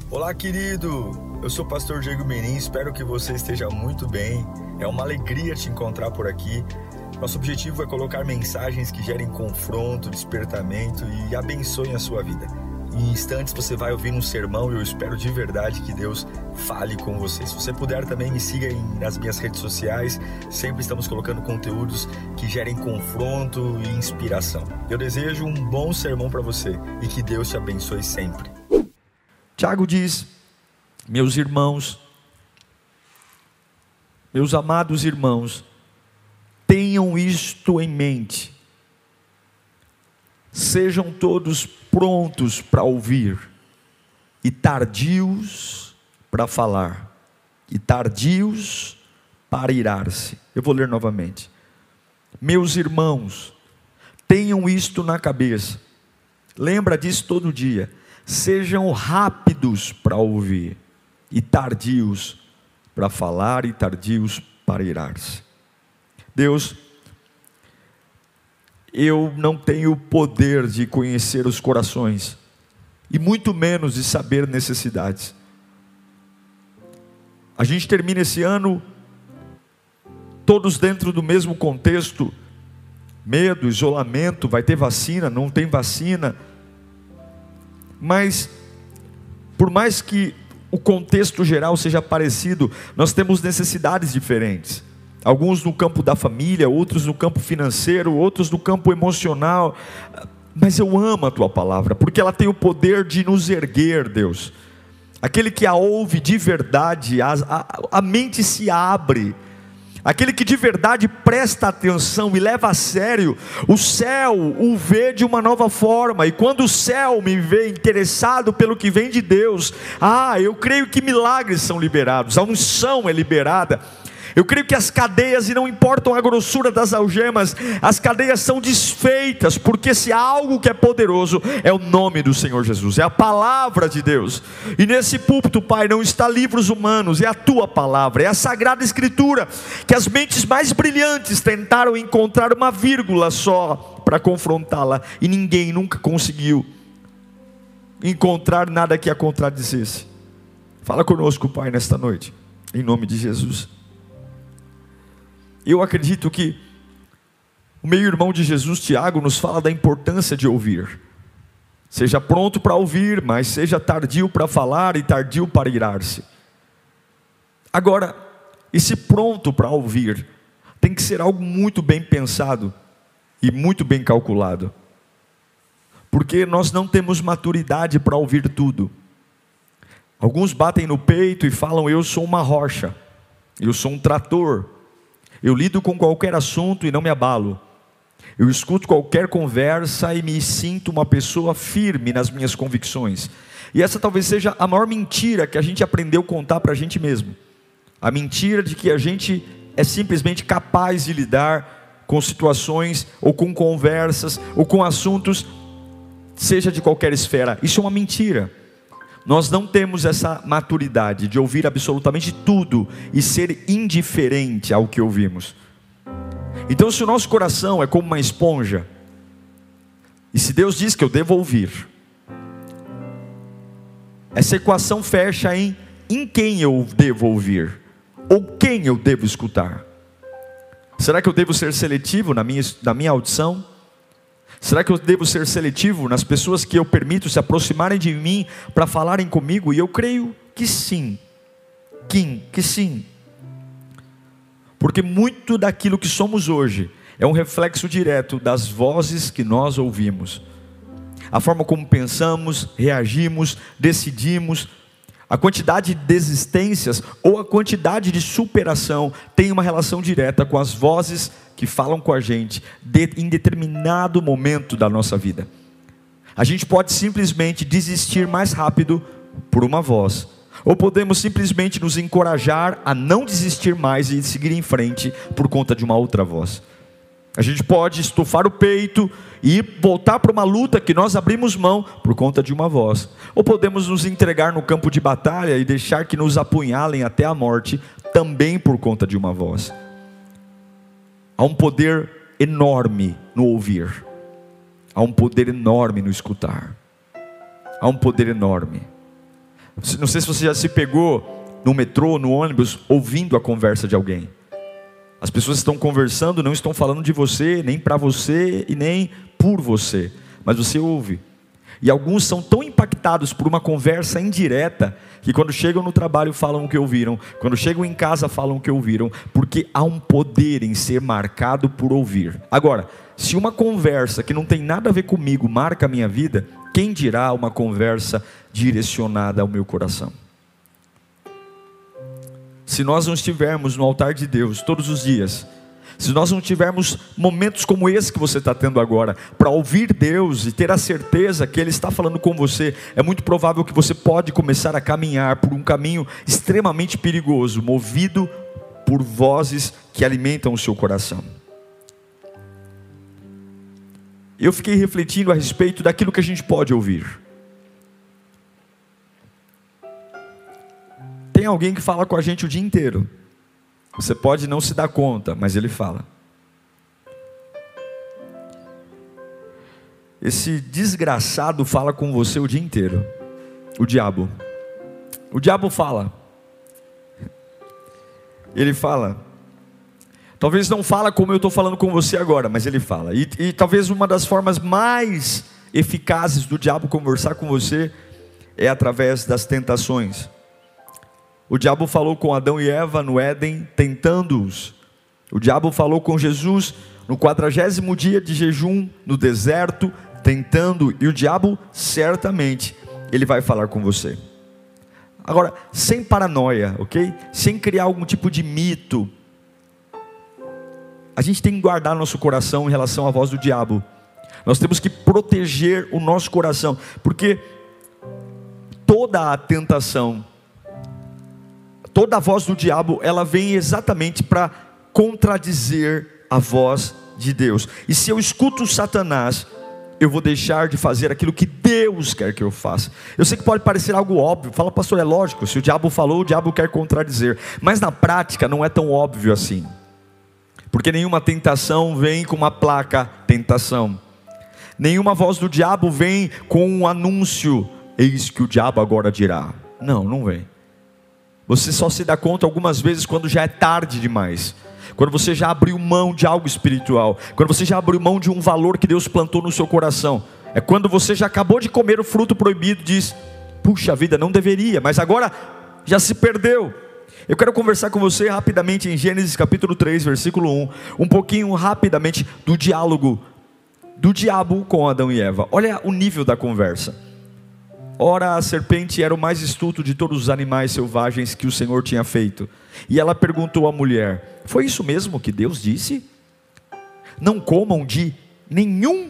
Olá, querido! Eu sou o pastor Diego Menin, espero que você esteja muito bem. É uma alegria te encontrar por aqui. Nosso objetivo é colocar mensagens que gerem confronto, despertamento e abençoem a sua vida. Em instantes você vai ouvir um sermão e eu espero de verdade que Deus fale com você. Se você puder também me siga nas minhas redes sociais, sempre estamos colocando conteúdos que gerem confronto e inspiração. Eu desejo um bom sermão para você e que Deus te abençoe sempre. Tiago diz: meus irmãos, meus amados irmãos, tenham isto em mente, sejam todos prontos para ouvir, e tardios para falar, e tardios para irar-se. Eu vou ler novamente. Meus irmãos, tenham isto na cabeça, lembra disso todo dia. Sejam rápidos para ouvir, e tardios para falar, e tardios para irar-se. Deus, eu não tenho o poder de conhecer os corações, e muito menos de saber necessidades. A gente termina esse ano, todos dentro do mesmo contexto, medo, isolamento, vai ter vacina, não tem vacina. Mas, por mais que o contexto geral seja parecido, nós temos necessidades diferentes. Alguns no campo da família, outros no campo financeiro, outros no campo emocional. Mas eu amo a Tua palavra, porque ela tem o poder de nos erguer, Deus. Aquele que a ouve de verdade, a mente se abre. Aquele que de verdade presta atenção e leva a sério, o céu o vê de uma nova forma. E quando o céu me vê interessado pelo que vem de Deus, eu creio que milagres são liberados, a unção é liberada. Eu creio que as cadeias, e não importam a grossura das algemas, as cadeias são desfeitas, porque se há algo que é poderoso, é o nome do Senhor Jesus, é a palavra de Deus. E nesse púlpito, Pai, não está livros humanos, é a Tua palavra, é a Sagrada Escritura, que as mentes mais brilhantes tentaram encontrar uma vírgula só para confrontá-la, e ninguém nunca conseguiu encontrar nada que a contradizesse. Fala conosco, Pai, nesta noite, em nome de Jesus. Eu acredito que o meio-irmão de Jesus, Tiago, nos fala da importância de ouvir. Seja pronto para ouvir, mas seja tardio para falar e tardio para irar-se. Agora, esse pronto para ouvir tem que ser algo muito bem pensado e muito bem calculado. Porque nós não temos maturidade para ouvir tudo. Alguns batem no peito e falam: eu sou uma rocha, eu sou um trator. Eu lido com qualquer assunto e não me abalo. Eu escuto qualquer conversa e me sinto uma pessoa firme nas minhas convicções. E essa talvez seja a maior mentira que a gente aprendeu a contar para a gente mesmo. A mentira de que a gente é simplesmente capaz de lidar com situações, ou com conversas, ou com assuntos, seja de qualquer esfera. Isso é uma mentira. Nós não temos essa maturidade de ouvir absolutamente tudo e ser indiferente ao que ouvimos. Então, se o nosso coração é como uma esponja, e se Deus diz que eu devo ouvir, essa equação fecha em quem eu devo ouvir, ou quem eu devo escutar. Será que eu devo ser seletivo na minha audição? Será que eu devo ser seletivo nas pessoas que eu permito se aproximarem de mim para falarem comigo? E eu creio que sim, que sim. Porque muito daquilo que somos hoje é um reflexo direto das vozes que nós ouvimos. A forma como pensamos, reagimos, decidimos, a quantidade de desistências ou a quantidade de superação tem uma relação direta com as vozes que falam com a gente em determinado momento da nossa vida. A gente pode simplesmente desistir mais rápido por uma voz, ou podemos simplesmente nos encorajar a não desistir mais e seguir em frente por conta de uma outra voz. A gente pode estufar o peito e voltar para uma luta que nós abrimos mão por conta de uma voz, ou podemos nos entregar no campo de batalha e deixar que nos apunhalem até a morte, também por conta de uma voz. Há um poder enorme no ouvir, há um poder enorme no escutar, há um poder enorme. Não sei se você já se pegou no metrô, no ônibus, ouvindo a conversa de alguém. As pessoas estão conversando, não estão falando de você, nem para você e nem por você, mas você ouve. E alguns são tão impactados por uma conversa indireta, que quando chegam no trabalho falam o que ouviram, quando chegam em casa falam o que ouviram, porque há um poder em ser marcado por ouvir. Agora, se uma conversa que não tem nada a ver comigo marca a minha vida, quem dirá uma conversa direcionada ao meu coração? Se nós não estivermos no altar de Deus todos os dias, se nós não tivermos momentos como esse que você está tendo agora, para ouvir Deus e ter a certeza que Ele está falando com você, é muito provável que você pode começar a caminhar por um caminho extremamente perigoso, movido por vozes que alimentam o seu coração. Eu fiquei refletindo a respeito daquilo que a gente pode ouvir. Tem alguém que fala com a gente o dia inteiro. Você pode não se dar conta, mas ele fala. Esse desgraçado fala com você o dia inteiro. O diabo. O diabo fala. Ele fala. Talvez não fala como eu estou falando com você agora, mas ele fala. E talvez uma das formas mais eficazes do diabo conversar com você é através das tentações. O diabo falou com Adão e Eva no Éden, tentando-os. O diabo falou com Jesus no 40º dia de jejum, no deserto, tentando. E o diabo, certamente, ele vai falar com você. Agora, sem paranoia, ok? Sem criar algum tipo de mito. A gente tem que guardar nosso coração em relação à voz do diabo. Nós temos que proteger o nosso coração, porque toda a tentação, toda a voz do diabo, ela vem exatamente para contradizer a voz de Deus. E se eu escuto Satanás, eu vou deixar de fazer aquilo que Deus quer que eu faça. Eu sei que pode parecer algo óbvio. Fala, pastor, é lógico, se o diabo falou, o diabo quer contradizer. Mas na prática não é tão óbvio assim. Porque nenhuma tentação vem com uma placa, tentação. Nenhuma voz do diabo vem com um anúncio, eis que o diabo agora dirá. Não, não vem. Você só se dá conta algumas vezes quando já é tarde demais. Quando você já abriu mão de algo espiritual. Quando você já abriu mão de um valor que Deus plantou no seu coração. É quando você já acabou de comer o fruto proibido e diz, puxa vida, não deveria, mas agora já se perdeu. Eu quero conversar com você rapidamente em Gênesis capítulo 3, versículo 1. Um pouquinho rapidamente do diálogo do diabo com Adão e Eva. Olha o nível da conversa. Ora, a serpente era o mais astuto de todos os animais selvagens que o Senhor tinha feito. E ela perguntou à mulher, foi isso mesmo que Deus disse? Não comam de nenhum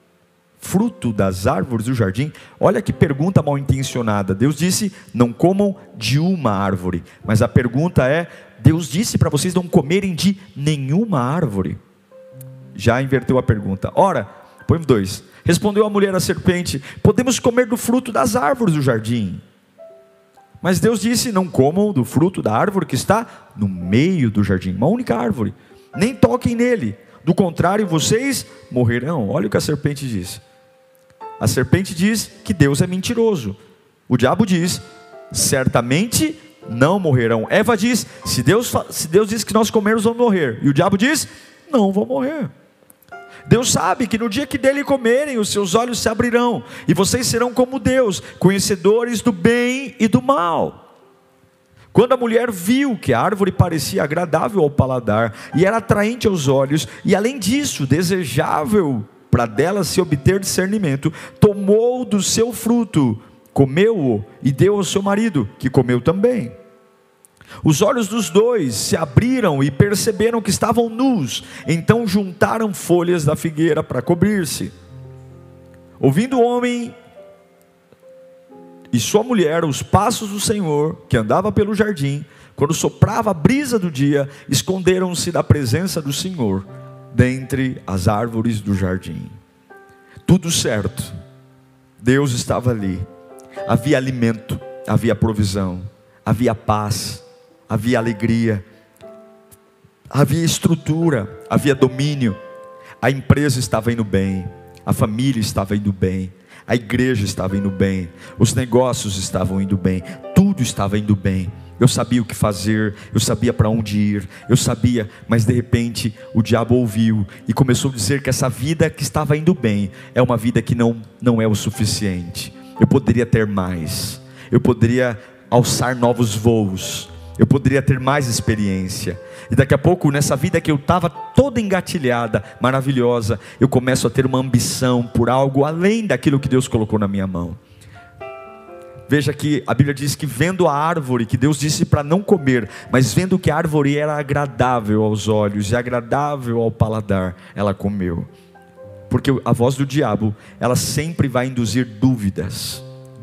fruto das árvores do jardim. Olha que pergunta mal intencionada. Deus disse, não comam de uma árvore. Mas a pergunta é, Deus disse para vocês não comerem de nenhuma árvore. Já inverteu a pergunta. Ora, põe 2. Respondeu a mulher à serpente, podemos comer do fruto das árvores do jardim. Mas Deus disse, não comam do fruto da árvore que está no meio do jardim. Uma única árvore. Nem toquem nele. Do contrário, vocês morrerão. Olha o que a serpente diz. A serpente diz que Deus é mentiroso. O diabo diz, certamente não morrerão. Eva diz, se Deus diz que nós comermos vamos morrer. E o diabo diz, não vão morrer. Deus sabe que no dia que dele comerem, os seus olhos se abrirão, e vocês serão como Deus, conhecedores do bem e do mal. Quando a mulher viu que a árvore parecia agradável ao paladar, e era atraente aos olhos, e além disso, desejável para dela se obter discernimento, tomou do seu fruto, comeu-o, e deu ao seu marido, que comeu também. Os olhos dos dois se abriram e perceberam que estavam nus. Então juntaram folhas da figueira para cobrir-se. Ouvindo o homem e sua mulher os passos do Senhor, que andava pelo jardim, quando soprava a brisa do dia, esconderam-se da presença do Senhor, dentre as árvores do jardim. Tudo certo. Deus estava ali. Havia alimento, havia provisão, havia paz, havia alegria, havia estrutura, havia domínio. A empresa estava indo bem, a família estava indo bem, A igreja estava indo bem, os negócios estavam indo bem, tudo estava indo bem. Eu sabia o que fazer, eu sabia para onde ir, eu sabia, mas de repente o diabo ouviu e começou a dizer que essa vida que estava indo bem é uma vida que não é o suficiente. Eu poderia ter mais, eu poderia alçar novos voos, eu poderia ter mais experiência. E daqui a pouco, nessa vida que eu estava toda engatilhada, maravilhosa, eu começo a ter uma ambição por algo além daquilo que Deus colocou na minha mão. Veja que a Bíblia diz que vendo a árvore, que Deus disse para não comer, mas vendo que a árvore era agradável aos olhos e agradável ao paladar, ela comeu. Porque a voz do diabo, ela sempre vai induzir dúvidas.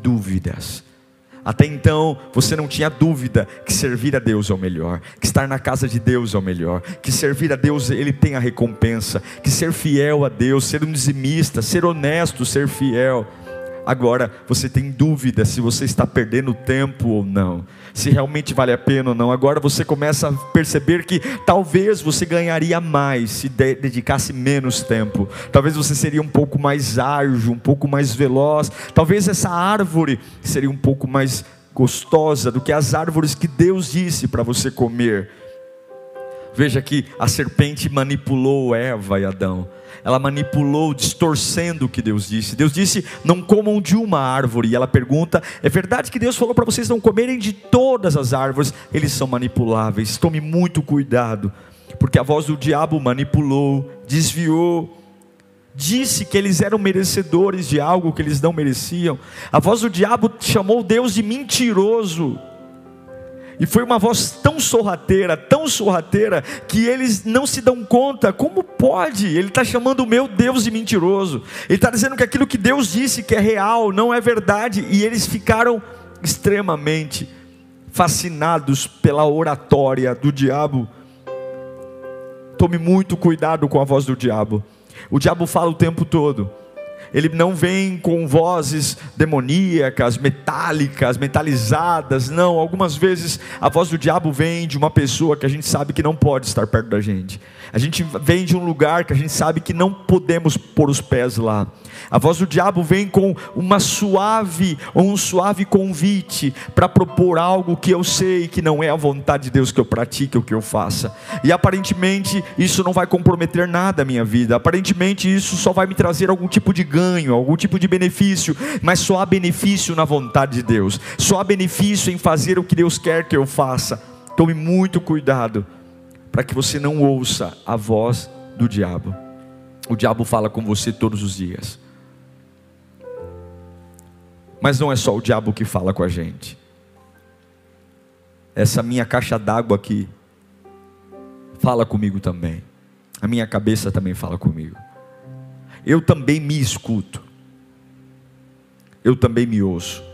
Até então, você não tinha dúvida que servir a Deus é o melhor, que estar na casa de Deus é o melhor, que servir a Deus Ele tem a recompensa, que ser fiel a Deus, ser um dizimista, ser honesto, ser fiel. Agora você tem dúvida se você está perdendo tempo ou não, se realmente vale a pena ou não. Agora você começa a perceber que talvez você ganharia mais se dedicasse menos tempo. Talvez você seria um pouco mais ágil, um pouco mais veloz. Talvez essa árvore seria um pouco mais gostosa do que as árvores que Deus disse para você comer. Veja que a serpente manipulou Eva e Adão. Ela manipulou, distorcendo o que Deus disse. Deus disse, não comam de uma árvore. E ela pergunta, é verdade que Deus falou para vocês não comerem de todas as árvores? Eles são manipuláveis, tome muito cuidado. Porque a voz do diabo manipulou, desviou, disse que eles eram merecedores de algo que eles não mereciam. A voz do diabo chamou Deus de mentiroso. E foi uma voz tão sorrateira, que eles não se dão conta. Como pode? Ele está chamando o meu Deus de mentiroso. Ele está dizendo que aquilo que Deus disse que é real, não é verdade. E eles ficaram extremamente fascinados pela oratória do diabo. Tome muito cuidado com a voz do diabo. O diabo fala o tempo todo. Ele não vem com vozes demoníacas, metálicas, metalizadas. Não, algumas vezes a voz do diabo vem de uma pessoa que a gente sabe que não pode estar perto da gente. A gente vem de um lugar que a gente sabe que não podemos pôr os pés lá. A voz do diabo vem com um suave convite para propor algo que eu sei que não é a vontade de Deus que eu pratique ou que eu faça. E aparentemente isso não vai comprometer nada a minha vida. Aparentemente isso só vai me trazer algum tipo de ganho, algum tipo de benefício. Mas só há benefício na vontade de Deus. Só há benefício em fazer o que Deus quer que eu faça. Tome muito cuidado para que você não ouça a voz do diabo. O diabo fala com você todos os dias. Mas não é só o diabo que fala com a gente. Essa minha caixa d'água aqui fala comigo também. A minha cabeça também fala comigo. Eu também me escuto. Eu também me ouço.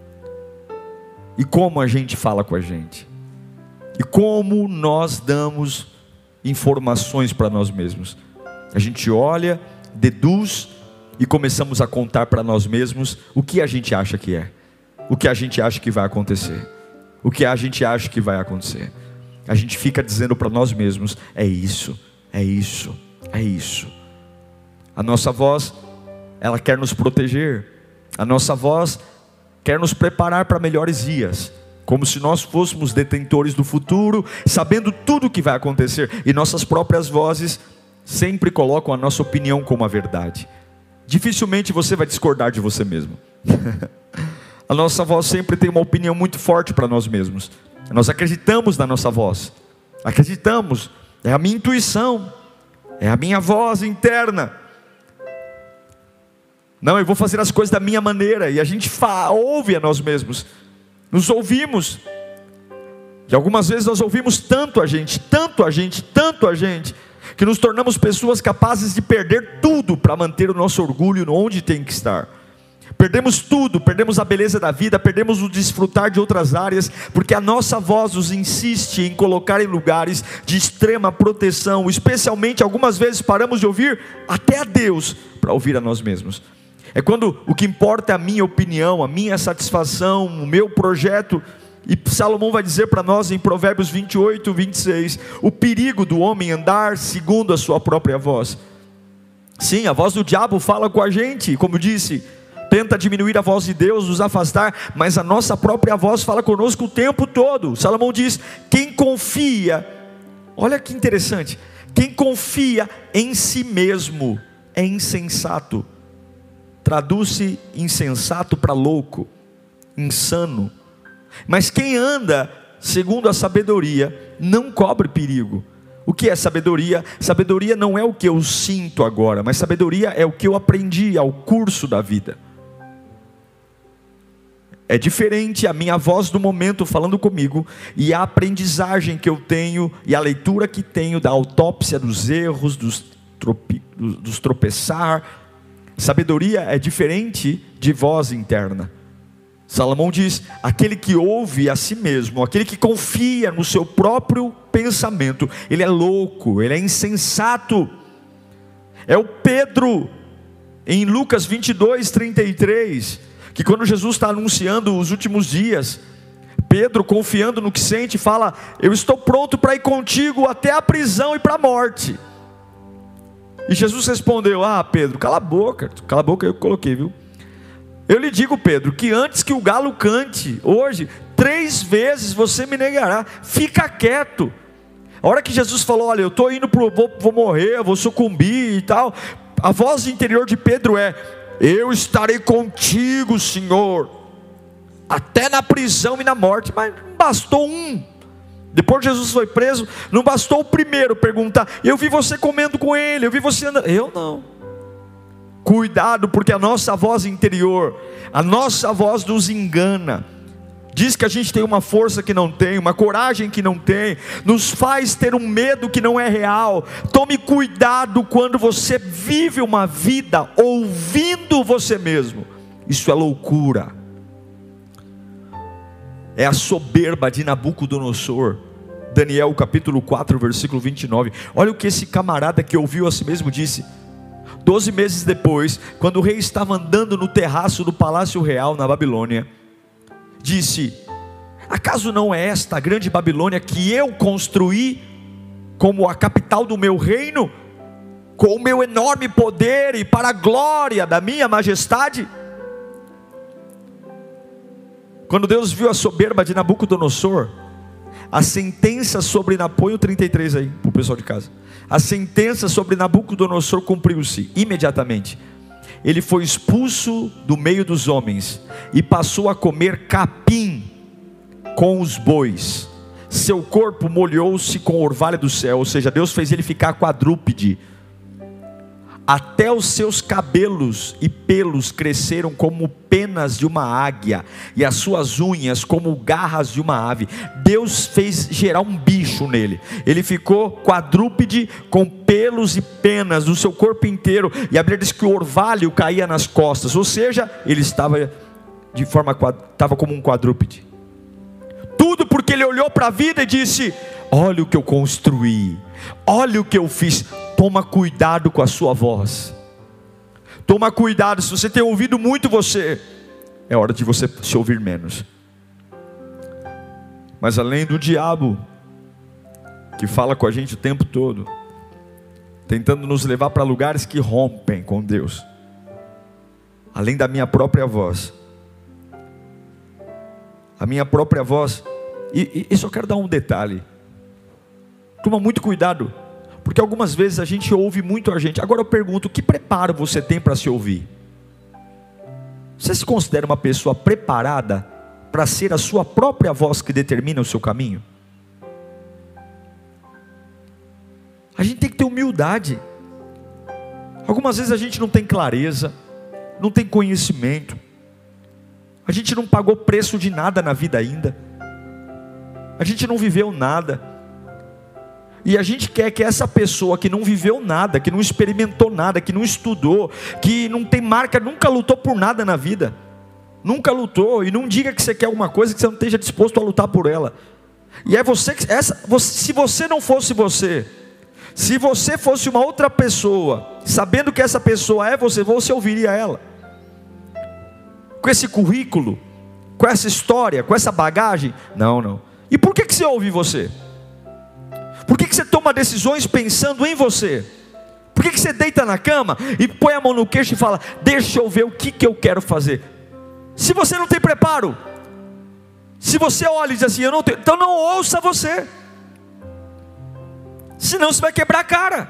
E como a gente fala com a gente? E como nós damos informações para nós mesmos? A gente olha, deduz e começamos a contar para nós mesmos o que a gente acha que é, o que a gente acha que vai acontecer, o que a gente acha que vai acontecer. A gente fica dizendo para nós mesmos, é isso, é isso, é isso. A nossa voz, ela quer nos proteger. A nossa voz quer nos preparar para melhores dias, como se nós fôssemos detentores do futuro, sabendo tudo o que vai acontecer. E nossas próprias vozes sempre colocam a nossa opinião como a verdade. Dificilmente você vai discordar de você mesmo. A nossa voz sempre tem uma opinião muito forte para nós mesmos. Nós acreditamos na nossa voz. Acreditamos. É a minha intuição. É a minha voz interna. Não, eu vou fazer as coisas da minha maneira. E a gente ouve a nós mesmos. Nos ouvimos. E algumas vezes nós ouvimos tanto a gente, que nos tornamos pessoas capazes de perder tudo para manter o nosso orgulho onde tem que estar. Perdemos tudo, perdemos a beleza da vida, perdemos o desfrutar de outras áreas, porque a nossa voz nos insiste em colocar em lugares de extrema proteção. Especialmente algumas vezes paramos de ouvir até a Deus para ouvir a nós mesmos. É quando o que importa é a minha opinião, a minha satisfação, o meu projeto. E Salomão vai dizer para nós em Provérbios 28, 26, o perigo do homem andar segundo a sua própria voz. Sim, a voz do diabo fala com a gente, como eu disse, tenta diminuir a voz de Deus, nos afastar, mas a nossa própria voz fala conosco o tempo todo. Salomão diz: quem confia, olha que interessante, quem confia em si mesmo é insensato. Traduz-se insensato para louco, insano. Mas quem anda segundo a sabedoria não cobre perigo. O que é sabedoria? Sabedoria não é o que eu sinto agora, mas sabedoria é o que eu aprendi ao curso da vida. É diferente a minha voz do momento falando comigo e a aprendizagem que eu tenho e a leitura que tenho da autópsia dos erros, dos tropeçar. Sabedoria é diferente de voz interna. Salomão diz: aquele que ouve a si mesmo, aquele que confia no seu próprio pensamento, ele é louco, ele é insensato. É o Pedro, em Lucas 22:33, que quando Jesus está anunciando os últimos dias, Pedro, confiando no que sente, fala: eu estou pronto para ir contigo até a prisão e para a morte. E Jesus respondeu: ah, Pedro, cala a boca, eu coloquei, viu? Eu lhe digo, Pedro, que antes que o galo cante, hoje, 3 vezes você me negará. Fica quieto. A hora que Jesus falou: olha, eu estou indo, vou morrer, vou sucumbir e tal, a voz interior de Pedro é: eu estarei contigo, Senhor, até na prisão e na morte. Mas não bastou um. Depois que Jesus foi preso, não bastou o primeiro perguntar: eu vi você comendo com ele, eu vi você andando. Eu não. Cuidado, porque a nossa voz interior, a nossa voz nos engana. Diz que a gente tem uma força que não tem, uma coragem que não tem, nos faz ter um medo que não é real. Tome cuidado quando você vive uma vida ouvindo você mesmo. Isso é loucura. É a soberba de Nabucodonosor. Daniel capítulo 4 versículo 29. Olha o que esse camarada que ouviu a si mesmo disse. 12 meses depois, quando o rei estava andando no terraço do palácio real na Babilônia, disse: acaso não é esta a grande Babilônia que eu construí como a capital do meu reino, com o meu enorme poder e para a glória da minha majestade? Quando Deus viu a soberba de Nabucodonosor, a sentença sobre, põe o 33 aí para o pessoal de casa. A sentença sobre Nabucodonosor cumpriu-se imediatamente. Ele foi expulso do meio dos homens e passou a comer capim com os bois. Seu corpo molhou-se com o orvalho do céu, ou seja, Deus fez ele ficar quadrúpede. Até os seus cabelos e pelos cresceram como penas de uma águia, e as suas unhas como garras de uma ave. Deus fez gerar um bicho nele. Ele ficou quadrúpede com pelos e penas no seu corpo inteiro, e a Bíblia diz que o orvalho caía nas costas, ou seja, ele estava como um quadrúpede. Tudo porque ele olhou para a vida e disse: olha o que eu construí, olha o que eu fiz. Toma cuidado com a sua voz. Toma cuidado, se você tem ouvido muito você, é hora de você se ouvir menos. Mas além do diabo, que fala com a gente o tempo todo, tentando nos levar para lugares que rompem com Deus, além da minha própria voz, a minha própria voz, e só quero dar um detalhe, toma muito cuidado, porque algumas vezes a gente ouve muito a gente. Agora eu pergunto: que preparo você tem para se ouvir? Você se considera uma pessoa preparada para ser a sua própria voz que determina o seu caminho? A gente tem que ter humildade. Algumas vezes a gente não tem clareza, não tem conhecimento, a gente não pagou preço de nada na vida ainda, a gente não viveu nada. E a gente quer que essa pessoa que não viveu nada, que não experimentou nada, que não estudou, que não tem marca, nunca lutou por nada na vida, nunca lutou, e não diga que você quer alguma coisa que você não esteja disposto a lutar por ela. E é se você não fosse você, se você fosse uma outra pessoa, sabendo que essa pessoa é você ouviria ela? Com esse currículo, com essa história, com essa bagagem? Não. E por que você ouve você? Por que você toma decisões pensando em você? Por que você deita na cama e põe a mão no queixo e fala: deixa eu ver o que eu quero fazer? Se você não tem preparo, se você olha e diz assim: eu não tenho, então não ouça você, senão você vai quebrar a cara.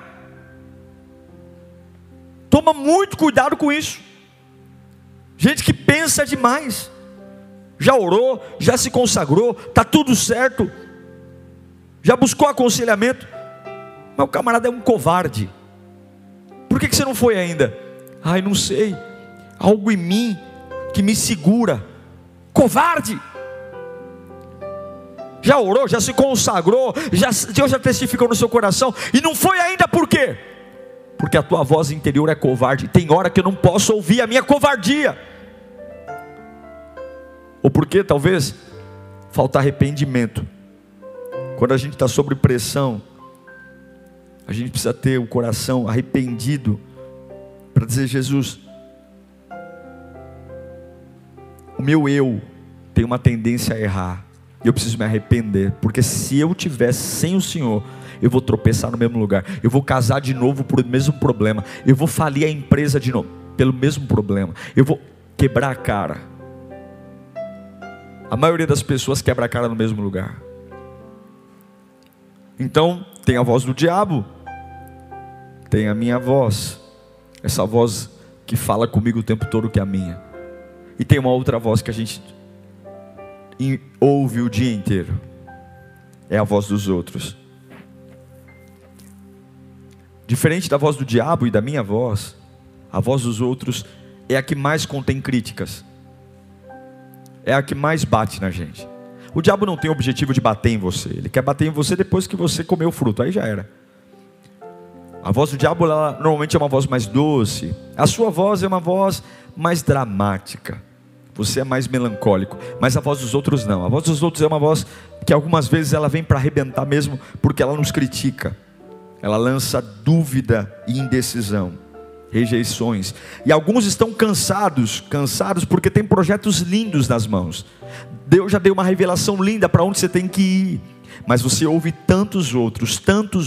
Toma muito cuidado com isso. Gente que pensa demais, já orou, já se consagrou, está tudo certo, já buscou aconselhamento, mas o camarada é um covarde. Por que você não foi ainda? Ai, não sei, algo em mim que me segura. Covarde. Já orou, já se consagrou, Deus já testificou no seu coração e não foi ainda. Por quê? Porque a tua voz interior é covarde. Tem hora que eu não posso ouvir a minha covardia. Ou porque talvez falta arrependimento. Quando a gente está sob pressão, a gente precisa ter o coração arrependido para dizer: Jesus, o meu eu tem uma tendência a errar, e eu preciso me arrepender, porque se eu tivesse sem o Senhor, eu vou tropeçar no mesmo lugar, eu vou casar de novo por o mesmo problema, eu vou falir a empresa de novo pelo mesmo problema, eu vou quebrar a cara. A maioria das pessoas quebra a cara no mesmo lugar. Então tem a voz do diabo, tem a minha voz, essa voz que fala comigo o tempo todo, que é a minha, e tem uma outra voz que a gente ouve o dia inteiro, é a voz dos outros. Diferente da voz do diabo e da minha voz, a voz dos outros é a que mais contém críticas, é a que mais bate na gente. O diabo não tem o objetivo de bater em você, ele quer bater em você depois que você comeu o fruto, aí já era. A voz do diabo, ela normalmente é uma voz mais doce, a sua voz é uma voz mais dramática, você é mais melancólico, mas a voz dos outros não. A voz dos outros é uma voz que algumas vezes ela vem para arrebentar mesmo, porque ela nos critica, ela lança dúvida e indecisão, rejeições, e alguns estão cansados porque tem projetos lindos nas mãos. Deus já deu uma revelação linda para onde você tem que ir, mas você ouve tantos outros, tanto,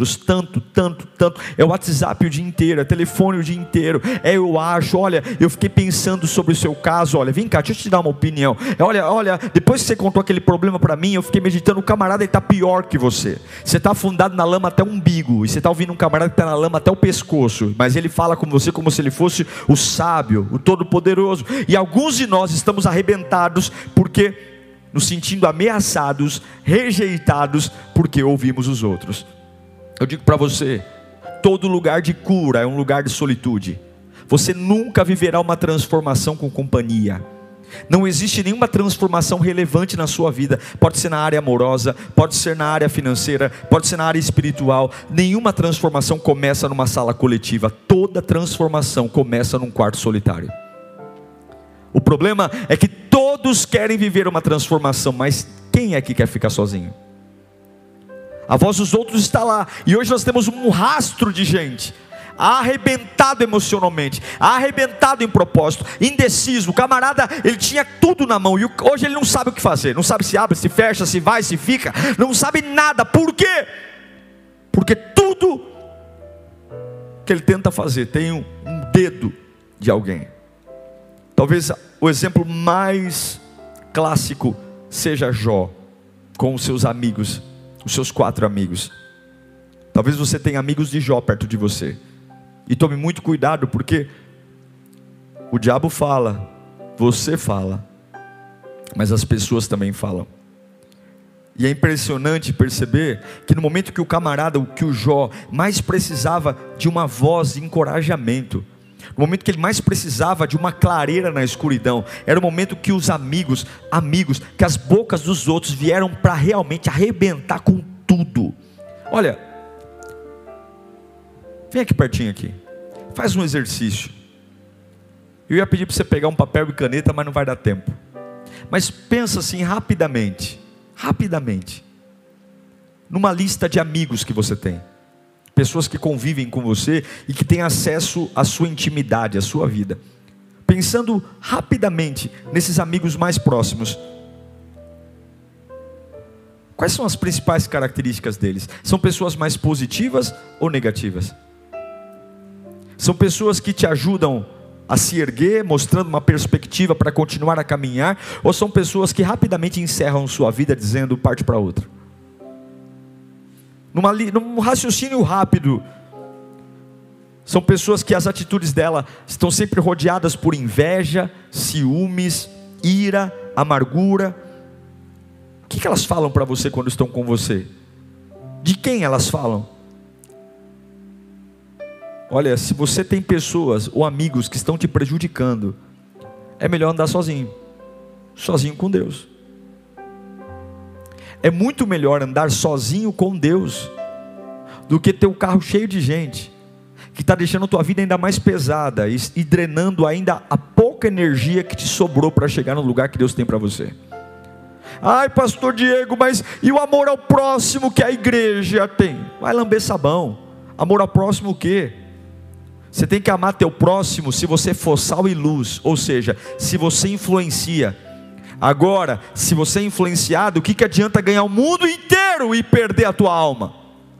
é o WhatsApp o dia inteiro, é telefone o dia inteiro, eu acho, olha, eu fiquei pensando sobre o seu caso, olha, vem cá, deixa eu te dar uma opinião, olha, depois que você contou aquele problema para mim, eu fiquei meditando, o camarada está pior que você está afundado na lama até o umbigo, e você está ouvindo um camarada que está na lama até o pescoço, mas ele fala com você como se ele fosse o sábio, o todo-poderoso, e alguns de nós estamos arrebentados, porque nos sentindo ameaçados, rejeitados, porque ouvimos os outros. Eu digo para você, todo lugar de cura é um lugar de solitude. Você nunca viverá uma transformação com companhia. Não existe nenhuma transformação relevante na sua vida. Pode ser na área amorosa, pode ser na área financeira, pode ser na área espiritual. Nenhuma transformação começa numa sala coletiva. Toda transformação começa num quarto solitário. O problema é que todos querem viver uma transformação, mas quem é que quer ficar sozinho? A voz dos outros está lá, e hoje nós temos um rastro de gente arrebentado emocionalmente, arrebentado em propósito, indeciso. O camarada, ele tinha tudo na mão, e hoje ele não sabe o que fazer, não sabe se abre, se fecha, se vai, se fica, não sabe nada. Por quê? Porque tudo que ele tenta fazer tem um dedo de alguém. Talvez o exemplo mais clássico seja Jó, com os seus amigos, os seus 4 amigos. Talvez você tenha amigos de Jó perto de você, e tome muito cuidado, porque o diabo fala, você fala, mas as pessoas também falam. E é impressionante perceber que no momento que o camarada, que o Jó mais precisava de uma voz de encorajamento, no momento que ele mais precisava de uma clareira na escuridão, era o momento que os amigos, que as bocas dos outros vieram para realmente arrebentar com tudo. Olha, vem aqui pertinho aqui, faz um exercício. Eu ia pedir para você pegar um papel e caneta, mas não vai dar tempo. Mas pensa assim rapidamente, numa lista de amigos que você tem. Pessoas que convivem com você e que têm acesso à sua intimidade, à sua vida. Pensando rapidamente nesses amigos mais próximos, quais são as principais características deles? São pessoas mais positivas ou negativas? São pessoas que te ajudam a se erguer, mostrando uma perspectiva para continuar a caminhar? Ou são pessoas que rapidamente encerram sua vida dizendo, parte para outra? Num raciocínio rápido, são pessoas que as atitudes dela estão sempre rodeadas por inveja, ciúmes, ira, amargura. O que elas falam para você quando estão com você? De quem elas falam? Olha, se você tem pessoas ou amigos que estão te prejudicando, é melhor andar sozinho com Deus. É muito melhor andar sozinho com Deus do que ter o carro cheio de gente que está deixando a tua vida ainda mais pesada e drenando ainda a pouca energia que te sobrou para chegar no lugar que Deus tem para você. Ai, pastor Diego, mas e o amor ao próximo que a igreja tem? Vai lamber sabão. Amor ao próximo o quê? Você tem que amar teu próximo se você for sal e luz, ou seja, se você influencia. Agora, se você é influenciado, o que adianta ganhar o mundo inteiro e perder a tua alma?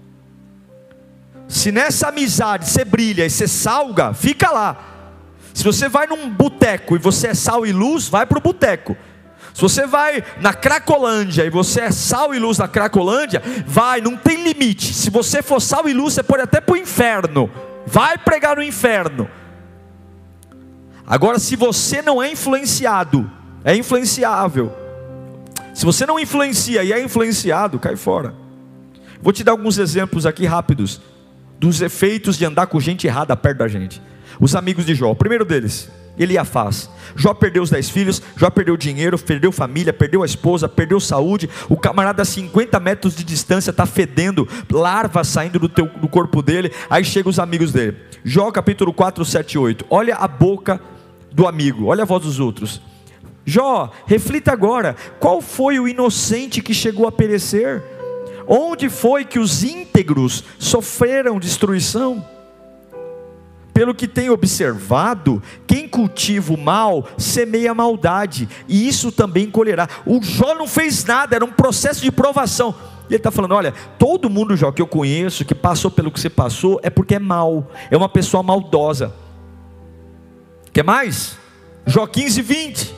Se nessa amizade você brilha e você salga, fica lá. Se você vai num boteco e você é sal e luz, vai para o boteco. Se você vai na Cracolândia e você é sal e luz na Cracolândia, vai, não tem limite. Se você for sal e luz, você pode até para o inferno. Vai pregar no inferno. Agora, se você não é influenciado, é influenciável. Se você não influencia e é influenciado, cai fora. Vou te dar alguns exemplos aqui rápidos dos efeitos de andar com gente errada perto da gente. Os amigos de Jó, o primeiro deles, Eliafaz. Jó perdeu os 10 filhos, Jó perdeu dinheiro, perdeu família, perdeu a esposa, perdeu saúde. O camarada a 50 metros de distância está fedendo, larvas saindo do corpo dele. Aí chegam os amigos dele. Jó capítulo 4, 7 e 8. Olha a boca do amigo, olha a voz dos outros. Jó, reflita agora, qual foi o inocente que chegou a perecer? Onde foi que os íntegros sofreram destruição? Pelo que tenho observado, quem cultiva o mal, semeia a maldade, e isso também colherá. O Jó não fez nada, era um processo de provação. E ele está falando, olha, todo mundo, Jó, que eu conheço, que passou pelo que você passou, é porque é mal, é uma pessoa maldosa. Quer mais? Jó 15, 20.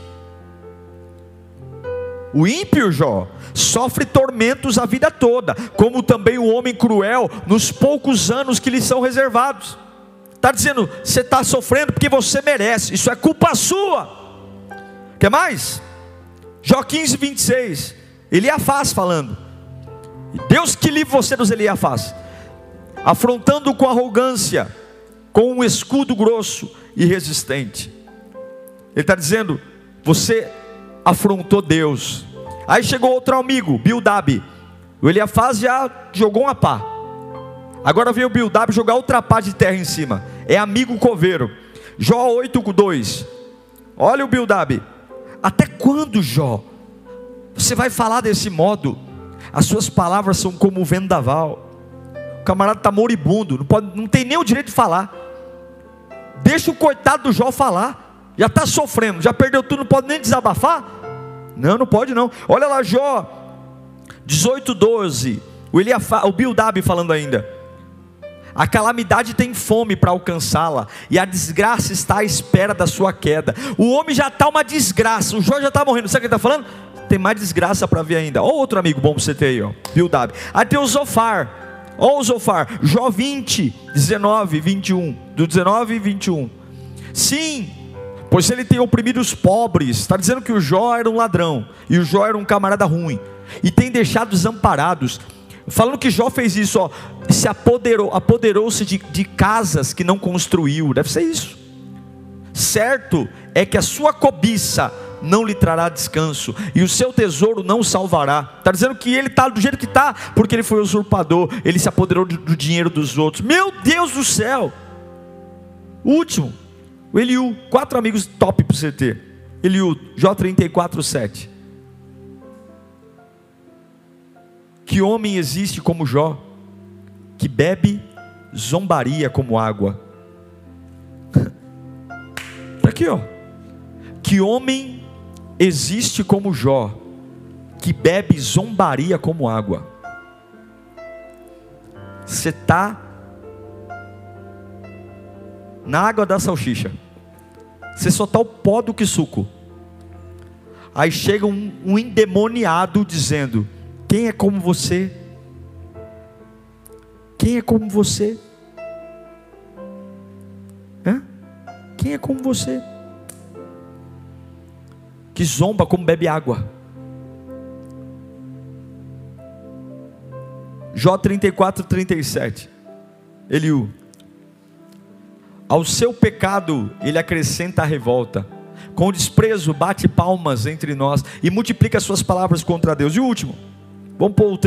O ímpio, Jó, sofre tormentos a vida toda, como também o homem cruel, nos poucos anos que lhe são reservados. Está dizendo, você está sofrendo porque você merece, isso é culpa sua. Quer mais? Jó 15, 26, Eliafaz falando, Deus que livre você dos Eliafaz, afrontando com arrogância, com um escudo grosso e resistente. Ele está dizendo, você afrontou Deus. Aí chegou outro amigo, Bildab. O Eliafaz já jogou uma pá. Agora veio o Bildab jogar outra pá de terra em cima. É amigo coveiro. Jó 8:2. Olha o Bildab. Até quando, Jó, você vai falar desse modo? As suas palavras são como um vendaval. O camarada está moribundo, não tem nem o direito de falar. Deixa o coitado do Jó falar. Já está sofrendo, já perdeu tudo, não pode nem desabafar? Não pode não. Olha lá Jó 18:12. O Bildab falando ainda. A calamidade tem fome para alcançá-la, e a desgraça está à espera da sua queda. O homem já está uma desgraça, o Jó já está morrendo. Sabe o que ele está falando? Tem mais desgraça para vir ainda. Ó, outro amigo bom para você ter aí, ó, Bildab. Aí tem o Zofar. Ó o Zofar, Jó 20, 19, 21. Do 19 e 21. Sim, pois ele tem oprimido os pobres. Está dizendo que o Jó era um ladrão, e o Jó era um camarada ruim, e tem deixado desamparados. Falando que Jó fez isso, ó, se apoderou-se de casas que não construiu. Deve ser isso. Certo é que a sua cobiça não lhe trará descanso, e o seu tesouro não o salvará. Está dizendo que ele está do jeito que está, porque ele foi usurpador, ele se apoderou do dinheiro dos outros. Meu Deus do céu. Último, o Eliú. 4 amigos top para você ter. Eliú, Jó 34:7. Que homem existe como Jó, que bebe zombaria como água? Está aqui, ó. Que homem existe como Jó, que bebe zombaria como água? Você está na água da salsicha. Você só está o pó do que suco. Aí chega um endemoniado dizendo: quem é como você? Quem é como você? Quem é como você? Que zomba como bebe água. Jó 34:37. Eliú: ao seu pecado ele acrescenta a revolta, com desprezo bate palmas entre nós e multiplica suas palavras contra Deus. E o último, vamos pôr o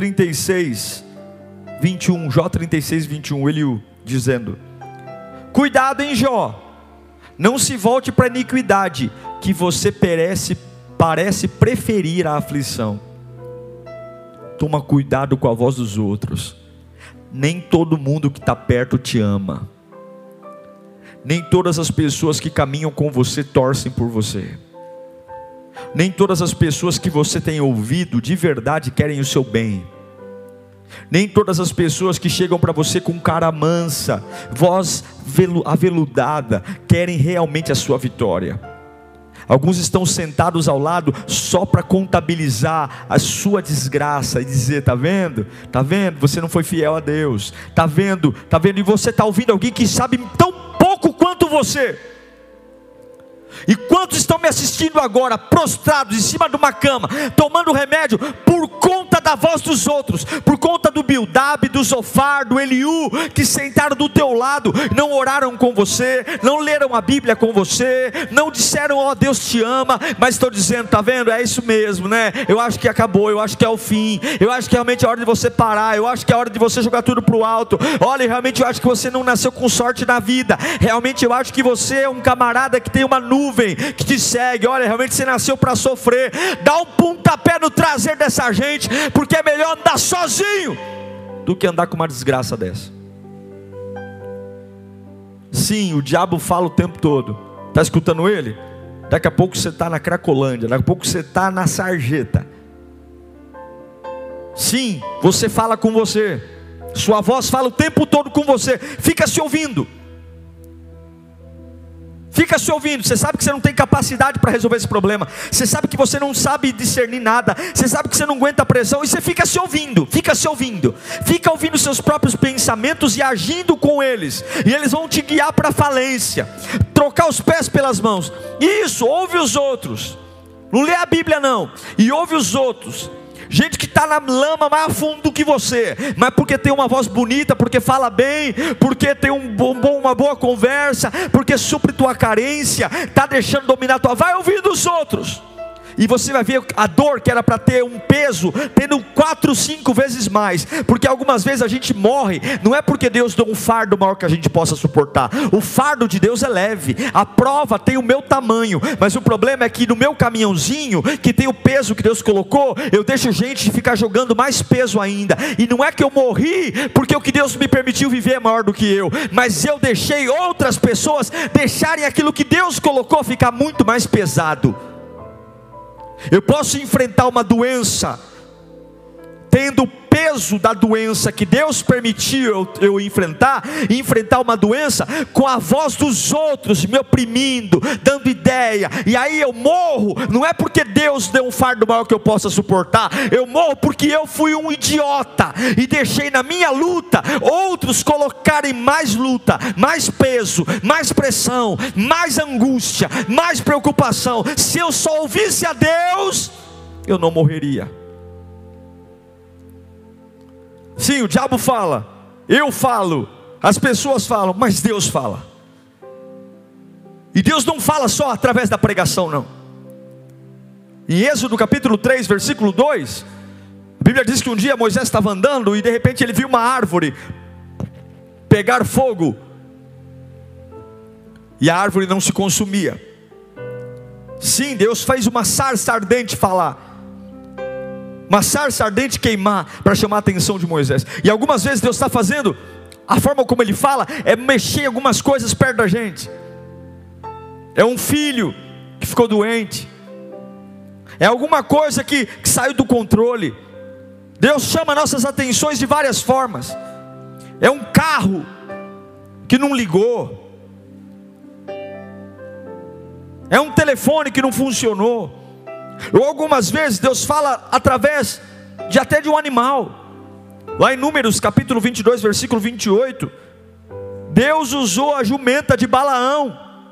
36:21. Jó 36:21. Eliú dizendo: cuidado, hein, Jó, não se volte para a iniquidade, que você parece preferir a aflição. Toma cuidado com a voz dos outros. Nem todo mundo que está perto te ama. Nem todas as pessoas que caminham com você torcem por você. Nem todas as pessoas que você tem ouvido de verdade querem o seu bem. Nem todas as pessoas que chegam para você com cara mansa, voz aveludada, querem realmente a sua vitória. Alguns estão sentados ao lado só para contabilizar a sua desgraça e dizer: está vendo? Está vendo? Você não foi fiel a Deus. Está vendo? Está vendo? E você está ouvindo alguém que sabe tão pouco quanto você. E quantos estão me assistindo agora, prostrados em cima de uma cama, tomando remédio por conta da voz dos outros, por conta do Bildad, do Zofar, do Eliú, que sentaram do teu lado, não oraram com você, não leram a Bíblia com você, não disseram: ó, Deus te ama, mas estão dizendo: está vendo, é isso mesmo, né? Eu acho que acabou, eu acho que é o fim, eu acho que realmente é hora de você parar, eu acho que é hora de você jogar tudo para o alto. Olha, realmente eu acho que você não nasceu com sorte na vida, realmente eu acho que você é um camarada que tem uma nuvem que te segue. Olha, realmente você nasceu para sofrer. Dá um pontapé no traseiro dessa gente, porque é melhor andar sozinho do que andar com uma desgraça dessa. Sim, o diabo fala o tempo todo. Está escutando ele? Daqui a pouco você está na Cracolândia, daqui a pouco você está na Sarjeta. Sim, você fala com você, sua voz fala o tempo todo com você. Fica se ouvindo. Fica se ouvindo. Você sabe que você não tem capacidade para resolver esse problema. Você sabe que você não sabe discernir nada. Você sabe que você não aguenta a pressão. E você fica se ouvindo. Fica se ouvindo. Fica ouvindo seus próprios pensamentos e agindo com eles. E eles vão te guiar para a falência. Trocar os pés pelas mãos. Isso, ouve os outros. Não lê a Bíblia não. E ouve os outros. Gente que está na lama mais a fundo do que você, mas porque tem uma voz bonita, porque fala bem, porque tem uma boa conversa, porque supre tua carência, está deixando dominar tua. Vai ouvindo os outros. E você vai ver a dor que era para ter um peso, tendo 4, 5 vezes mais. Porque algumas vezes a gente morre, não é porque Deus deu um fardo maior que a gente possa suportar. O fardo de Deus é leve, a prova tem o meu tamanho. Mas o problema é que no meu caminhãozinho, que tem o peso que Deus colocou, eu deixo gente ficar jogando mais peso ainda. E não é que eu morri porque o que Deus me permitiu viver é maior do que eu, mas eu deixei outras pessoas deixarem aquilo que Deus colocou ficar muito mais pesado. Eu posso enfrentar uma doença, tendo o peso da doença que Deus permitiu eu enfrentar uma doença com a voz dos outros me oprimindo, dando ideia, e aí eu morro. Não é porque Deus deu um fardo maior que eu possa suportar, eu morro porque eu fui um idiota e deixei na minha luta outros colocarem mais luta, mais peso, mais pressão, mais angústia, mais preocupação. Se eu só ouvisse a Deus, eu não morreria. Sim, o diabo fala, eu falo, as pessoas falam, mas Deus fala. E Deus não fala só através da pregação, não. Em Êxodo capítulo 3, versículo 2, a Bíblia diz que um dia Moisés estava andando e de repente ele viu uma árvore pegar fogo, e a árvore não se consumia. Sim, Deus fez uma sarça ardente falar, uma sarça ardente queimar, para chamar a atenção de Moisés. E algumas vezes Deus está fazendo, a forma como Ele fala, é mexer em algumas coisas perto da gente. É um filho que ficou doente, é alguma coisa que saiu do controle. Deus chama nossas atenções de várias formas. É um carro que não ligou, é um telefone que não funcionou, ou algumas vezes Deus fala através até de um animal. Lá em Números capítulo 22, versículo 28, Deus usou a jumenta de Balaão.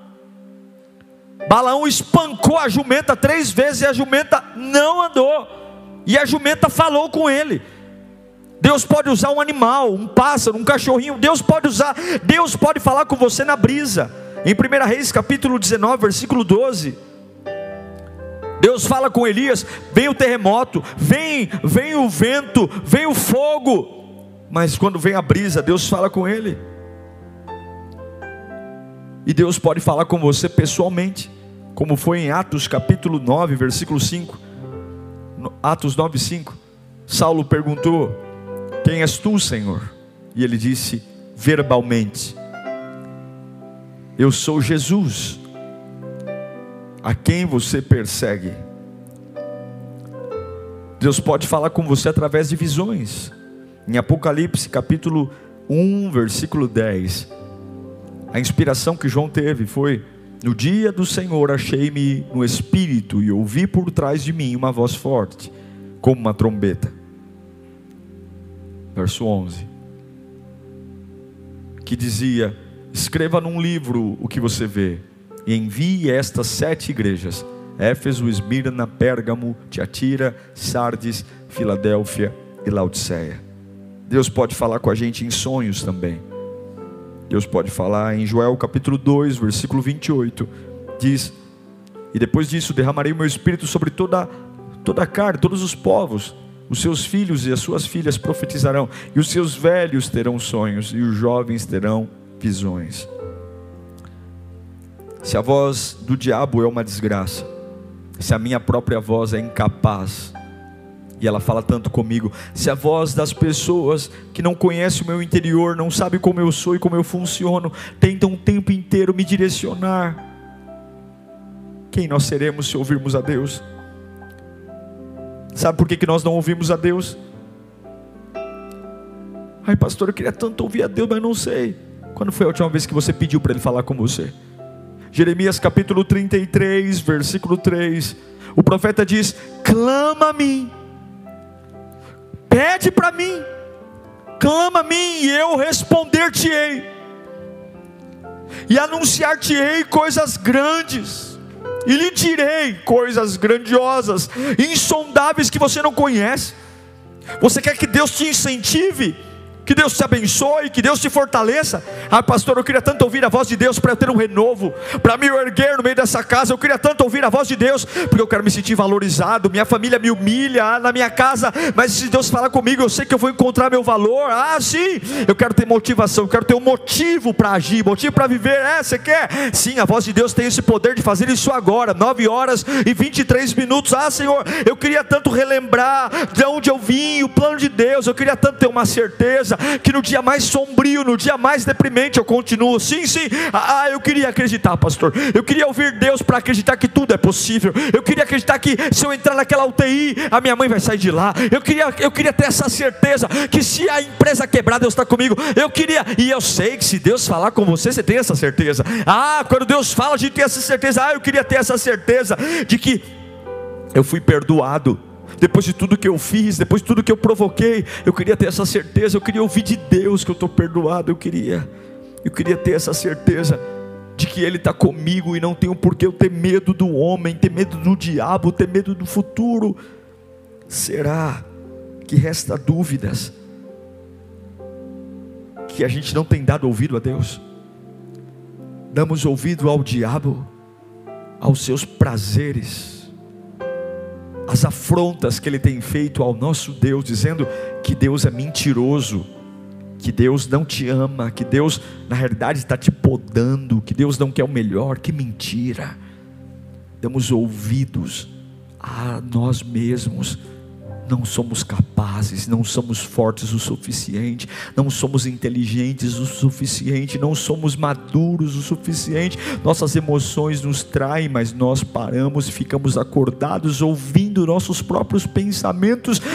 Balaão espancou a jumenta 3 vezes e a jumenta não andou, e a jumenta falou com ele. Deus pode usar um animal, um pássaro, um cachorrinho. Deus pode falar com você na brisa. Em 1 Reis capítulo 19, versículo 12, Deus fala com Elias: vem o terremoto, vem o vento, vem o fogo. Mas quando vem a brisa, Deus fala com ele. E Deus pode falar com você pessoalmente, como foi em Atos capítulo 9, versículo 5. Atos 9, 5. Saulo perguntou: quem és tu, Senhor? E ele disse verbalmente: eu sou Jesus, a quem você persegue. Deus pode falar com você através de visões. Em Apocalipse capítulo 1, versículo 10, a inspiração que João teve foi: no dia do Senhor achei-me no Espírito, e ouvi por trás de mim uma voz forte, como uma trombeta. Verso 11, que dizia: escreva num livro o que você vê, e envie estas 7 igrejas: Éfeso, Esmirna, Pérgamo, Tiatira, Sardes, Filadélfia e Laodiceia. Deus pode falar com a gente em sonhos também. Deus pode falar em Joel capítulo 2, versículo 28, diz: e depois disso derramarei o meu espírito sobre toda a carne, todos os povos. Os seus filhos e as suas filhas profetizarão, e os seus velhos terão sonhos, e os jovens terão visões. Se a voz do diabo é uma desgraça, se a minha própria voz é incapaz, e ela fala tanto comigo, se a voz das pessoas que não conhecem o meu interior, não sabem como eu sou e como eu funciono, tentam o tempo inteiro me direcionar, quem nós seremos se ouvirmos a Deus? Sabe por que nós não ouvimos a Deus? Ai, pastor, eu queria tanto ouvir a Deus, mas não sei. Quando foi a última vez que você pediu para Ele falar com você? Jeremias capítulo 33, versículo 3, o profeta diz: clama a mim, pede para mim, clama a mim e eu responder-te-ei, e anunciar-te-ei coisas grandes, e lhe direi coisas grandiosas, insondáveis, que você não conhece. Você quer que Deus te incentive? Que Deus te abençoe, que Deus te fortaleça? Ah, pastor, eu queria tanto ouvir a voz de Deus para eu ter um renovo, para me erguer no meio dessa casa. Eu queria tanto ouvir a voz de Deus, porque eu quero me sentir valorizado. Minha família me humilha na minha casa, mas se Deus falar comigo, eu sei que eu vou encontrar meu valor. Ah, sim, eu quero ter motivação, eu quero ter um motivo para agir, motivo para viver. Você quer? Sim, a voz de Deus tem esse poder de fazer isso agora, 9 horas e 23 minutos. Ah, Senhor, eu queria tanto relembrar de onde eu vim, o plano de Deus. Eu queria tanto ter uma certeza que no dia mais sombrio, no dia mais deprimente, eu continuo. Sim, eu queria acreditar, pastor. Eu queria ouvir Deus para acreditar que tudo é possível. Eu queria acreditar que se eu entrar naquela UTI, a minha mãe vai sair de lá. Eu queria ter essa certeza que se a empresa quebrar, Deus está comigo. E eu sei que se Deus falar com você, você tem essa certeza. Quando Deus fala, a gente tem essa certeza. Eu queria ter essa certeza de que eu fui perdoado. Depois de tudo que eu fiz, depois de tudo que eu provoquei, eu queria ter essa certeza. Eu queria ouvir de Deus que eu estou perdoado. Eu queria ter essa certeza de que Ele está comigo, e não tenho por que eu ter medo do homem, ter medo do diabo, ter medo do futuro. Será que resta dúvidas que a gente não tem dado ouvido a Deus? Damos ouvido ao diabo, aos seus prazeres, as afrontas que ele tem feito ao nosso Deus, dizendo que Deus é mentiroso, que Deus não te ama, que Deus na realidade está te podando, que Deus não quer o melhor. Que mentira! Damos ouvidos a nós mesmos. Não somos capazes, não somos fortes o suficiente, não somos inteligentes o suficiente, não somos maduros o suficiente. Nossas emoções nos traem, mas nós paramos e ficamos acordados, ouvindo nossos próprios pensamentos,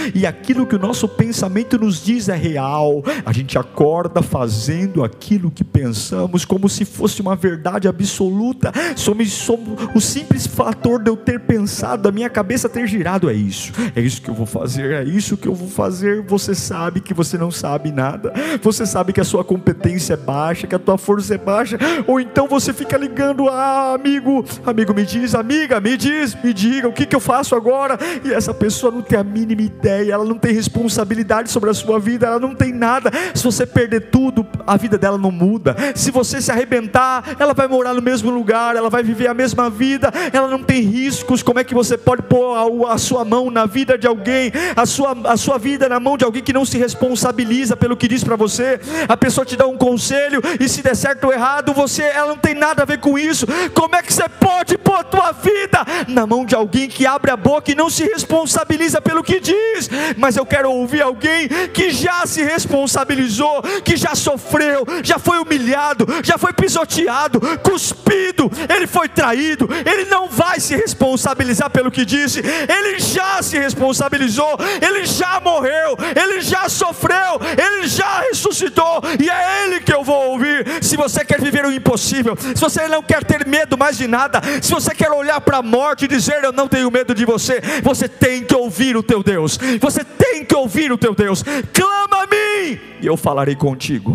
e aquilo que o nosso pensamento nos diz é real. A gente acorda fazendo aquilo que pensamos, como se fosse uma verdade absoluta. Somos o simples fator de eu ter pensado, da minha cabeça ter girado, é isso que eu vou fazer, é isso que eu vou fazer. Você sabe que você não sabe nada, você sabe que a sua competência é baixa, que a tua força é baixa, ou então você fica ligando, amigo me diz, amiga, me diga, o que eu faço agora? E essa pessoa não tem a mínima ideia, ela não tem responsabilidade sobre a sua vida, ela não tem nada. Se você perder tudo, a vida dela não muda. Se você se arrebentar, ela vai morar no mesmo lugar, ela vai viver a mesma vida, ela não tem riscos. Como é que você pode pôr a sua mão na vida de alguém, a sua vida na mão de alguém que não se responsabiliza pelo que diz para você? A pessoa te dá um conselho, e se der certo ou errado, ela não tem nada a ver com isso. Como é que você pode pôr a tua vida na mão de alguém que abre a boca e não se responsabiliza pelo que diz? Mas eu quero ouvir alguém que já se responsabilizou, que já sofreu, já foi humilhado, já foi pisoteado, cuspido, ele foi traído, ele não vai se responsabilizar pelo que disse, ele já se responsabilizou, ele já morreu, ele já sofreu, ele já ressuscitou, e é ele que eu vou ouvir. Se você quer viver o impossível, se você não quer ter medo mais de nada, se você quer olhar para a morte e dizer, eu não tenho medo de você, você tem que ouvir o teu Deus, você tem que ouvir o teu Deus. Clama a mim e eu falarei contigo.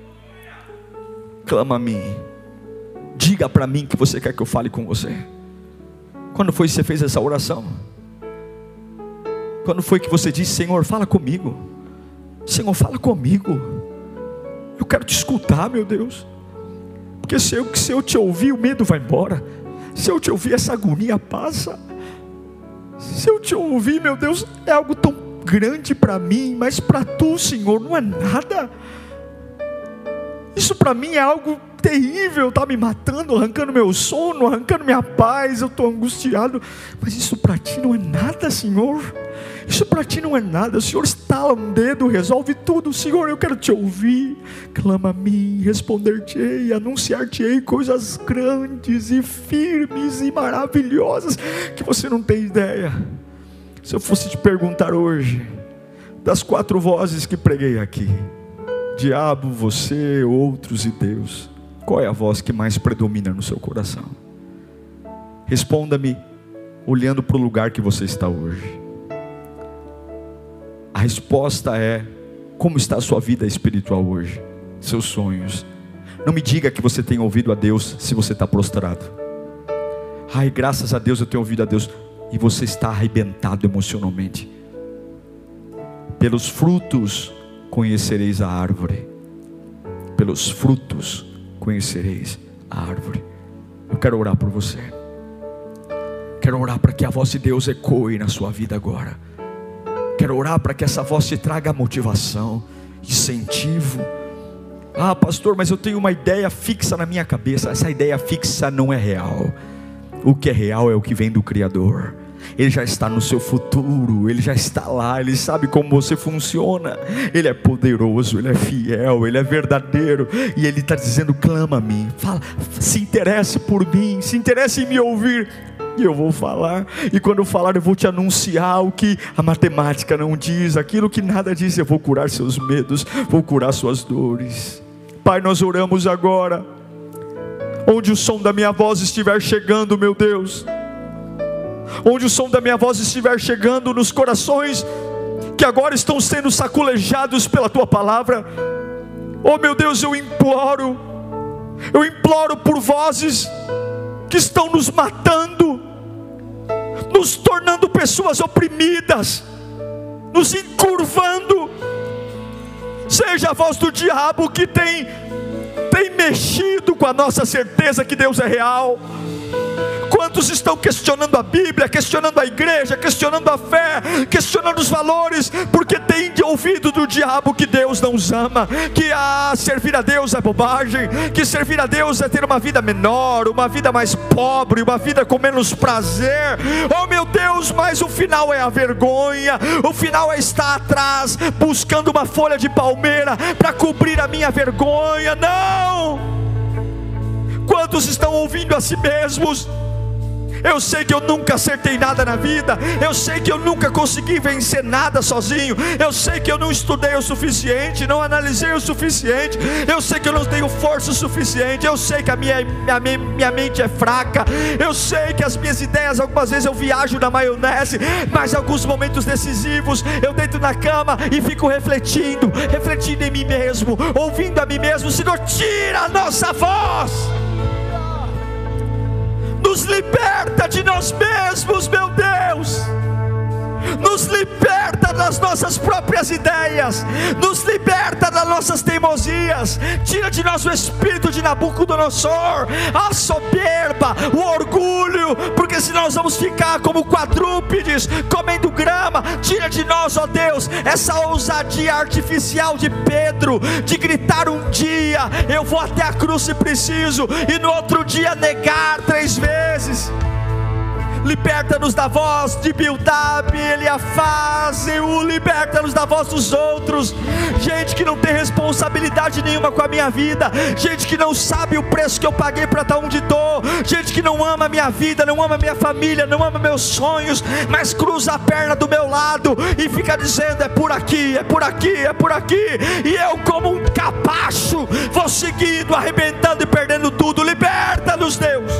Clama a mim, diga para mim que você quer que eu fale com você. Quando foi que você fez essa oração? Quando foi que você disse, Senhor, fala comigo? Senhor, fala comigo, eu quero te escutar, meu Deus. Porque se eu te ouvir, o medo vai embora. Se eu te ouvir, essa agonia passa. Se eu te ouvir, meu Deus, é algo tão grande para mim, mas para tu, Senhor, não é nada. Isso para mim é algo terrível, está me matando, arrancando meu sono, arrancando minha paz, eu estou angustiado. Mas isso para ti não é nada, Senhor. Isso para ti não é nada. O Senhor estala um dedo, resolve tudo. Senhor, eu quero te ouvir. Clama a mim, responder-te-ei, anunciar-te-ei coisas grandes e firmes e maravilhosas que você não tem ideia. Se eu fosse te perguntar hoje, das 4 vozes que preguei aqui, diabo, você, outros e Deus, qual é a voz que mais predomina no seu coração? Responda-me olhando para o lugar que você está hoje. A resposta é: como está a sua vida espiritual hoje? Seus sonhos. Não me diga que você tem ouvido a Deus se você está prostrado. Ai, graças a Deus eu tenho ouvido a Deus. E você está arrebentado emocionalmente. Pelos frutos conhecereis a árvore. Pelos frutos conhecereis a árvore. Eu quero orar por você. Quero orar para que a voz de Deus ecoe na sua vida agora. Quero orar para que essa voz te traga motivação, incentivo. Ah, pastor, mas eu tenho uma ideia fixa na minha cabeça. Essa ideia fixa não é real. O que é real é o que vem do Criador. Ele já está no seu futuro, Ele já está lá, Ele sabe como você funciona. Ele é poderoso, Ele é fiel, Ele é verdadeiro. E Ele está dizendo, clama a mim, fala, se interesse por mim, se interesse em me ouvir. E eu vou falar, e quando eu falar eu vou te anunciar o que a matemática não diz, aquilo que nada diz. Eu vou curar seus medos, vou curar suas dores. Pai, nós oramos agora, onde o som da minha voz estiver chegando, meu Deus, onde o som da minha voz estiver chegando nos corações que agora estão sendo saculejados pela Tua palavra, oh meu Deus, eu imploro por vozes que estão nos matando, nos tornando pessoas oprimidas, nos encurvando. Seja a voz do diabo que tem mexido com a nossa certeza que Deus é real. Quantos estão questionando a Bíblia, questionando a igreja, questionando a fé, questionando os valores, porque tem ouvido do diabo que Deus não os ama, que servir a Deus é bobagem, que servir a Deus é ter uma vida menor, uma vida mais pobre, uma vida com menos prazer. Oh meu Deus, mas o final é a vergonha, o final é estar atrás, buscando uma folha de palmeira para cobrir a minha vergonha. Não! Quantos estão ouvindo a si mesmos? Eu sei que eu nunca acertei nada na vida. Eu sei que eu nunca consegui vencer nada sozinho. Eu sei que eu não estudei o suficiente, não analisei o suficiente. Eu sei que eu não tenho força o suficiente. Eu sei que a minha mente é fraca. Eu sei que as minhas ideias, algumas vezes eu viajo na maionese, mas em alguns momentos decisivos eu deito na cama e fico refletindo em mim mesmo, ouvindo a mim mesmo. Senhor, tira a nossa voz, nos liberta de nós mesmos, meu Deus. Nos liberta das nossas próprias ideias, nos liberta das nossas teimosias. Tira de nós o espírito de Nabucodonosor, a soberba, o orgulho, porque senão nós vamos ficar como quadrúpedes, comendo grama. Tira de nós, ó Deus, essa ousadia artificial de Pedro, de gritar um dia: eu vou até a cruz se preciso, e no outro dia negar 3 vezes. Liberta-nos da voz de Bildad, Eliafaz, liberta-nos da voz dos outros. Gente que não tem responsabilidade nenhuma com a minha vida, gente que não sabe o preço que eu paguei para estar onde estou, gente que não ama a minha vida, não ama a minha família, não ama meus sonhos, mas cruza a perna do meu lado e fica dizendo: é por aqui, é por aqui, é por aqui. E eu, como um capacho, vou seguindo, arrebentando e perdendo tudo. Liberta-nos, Deus.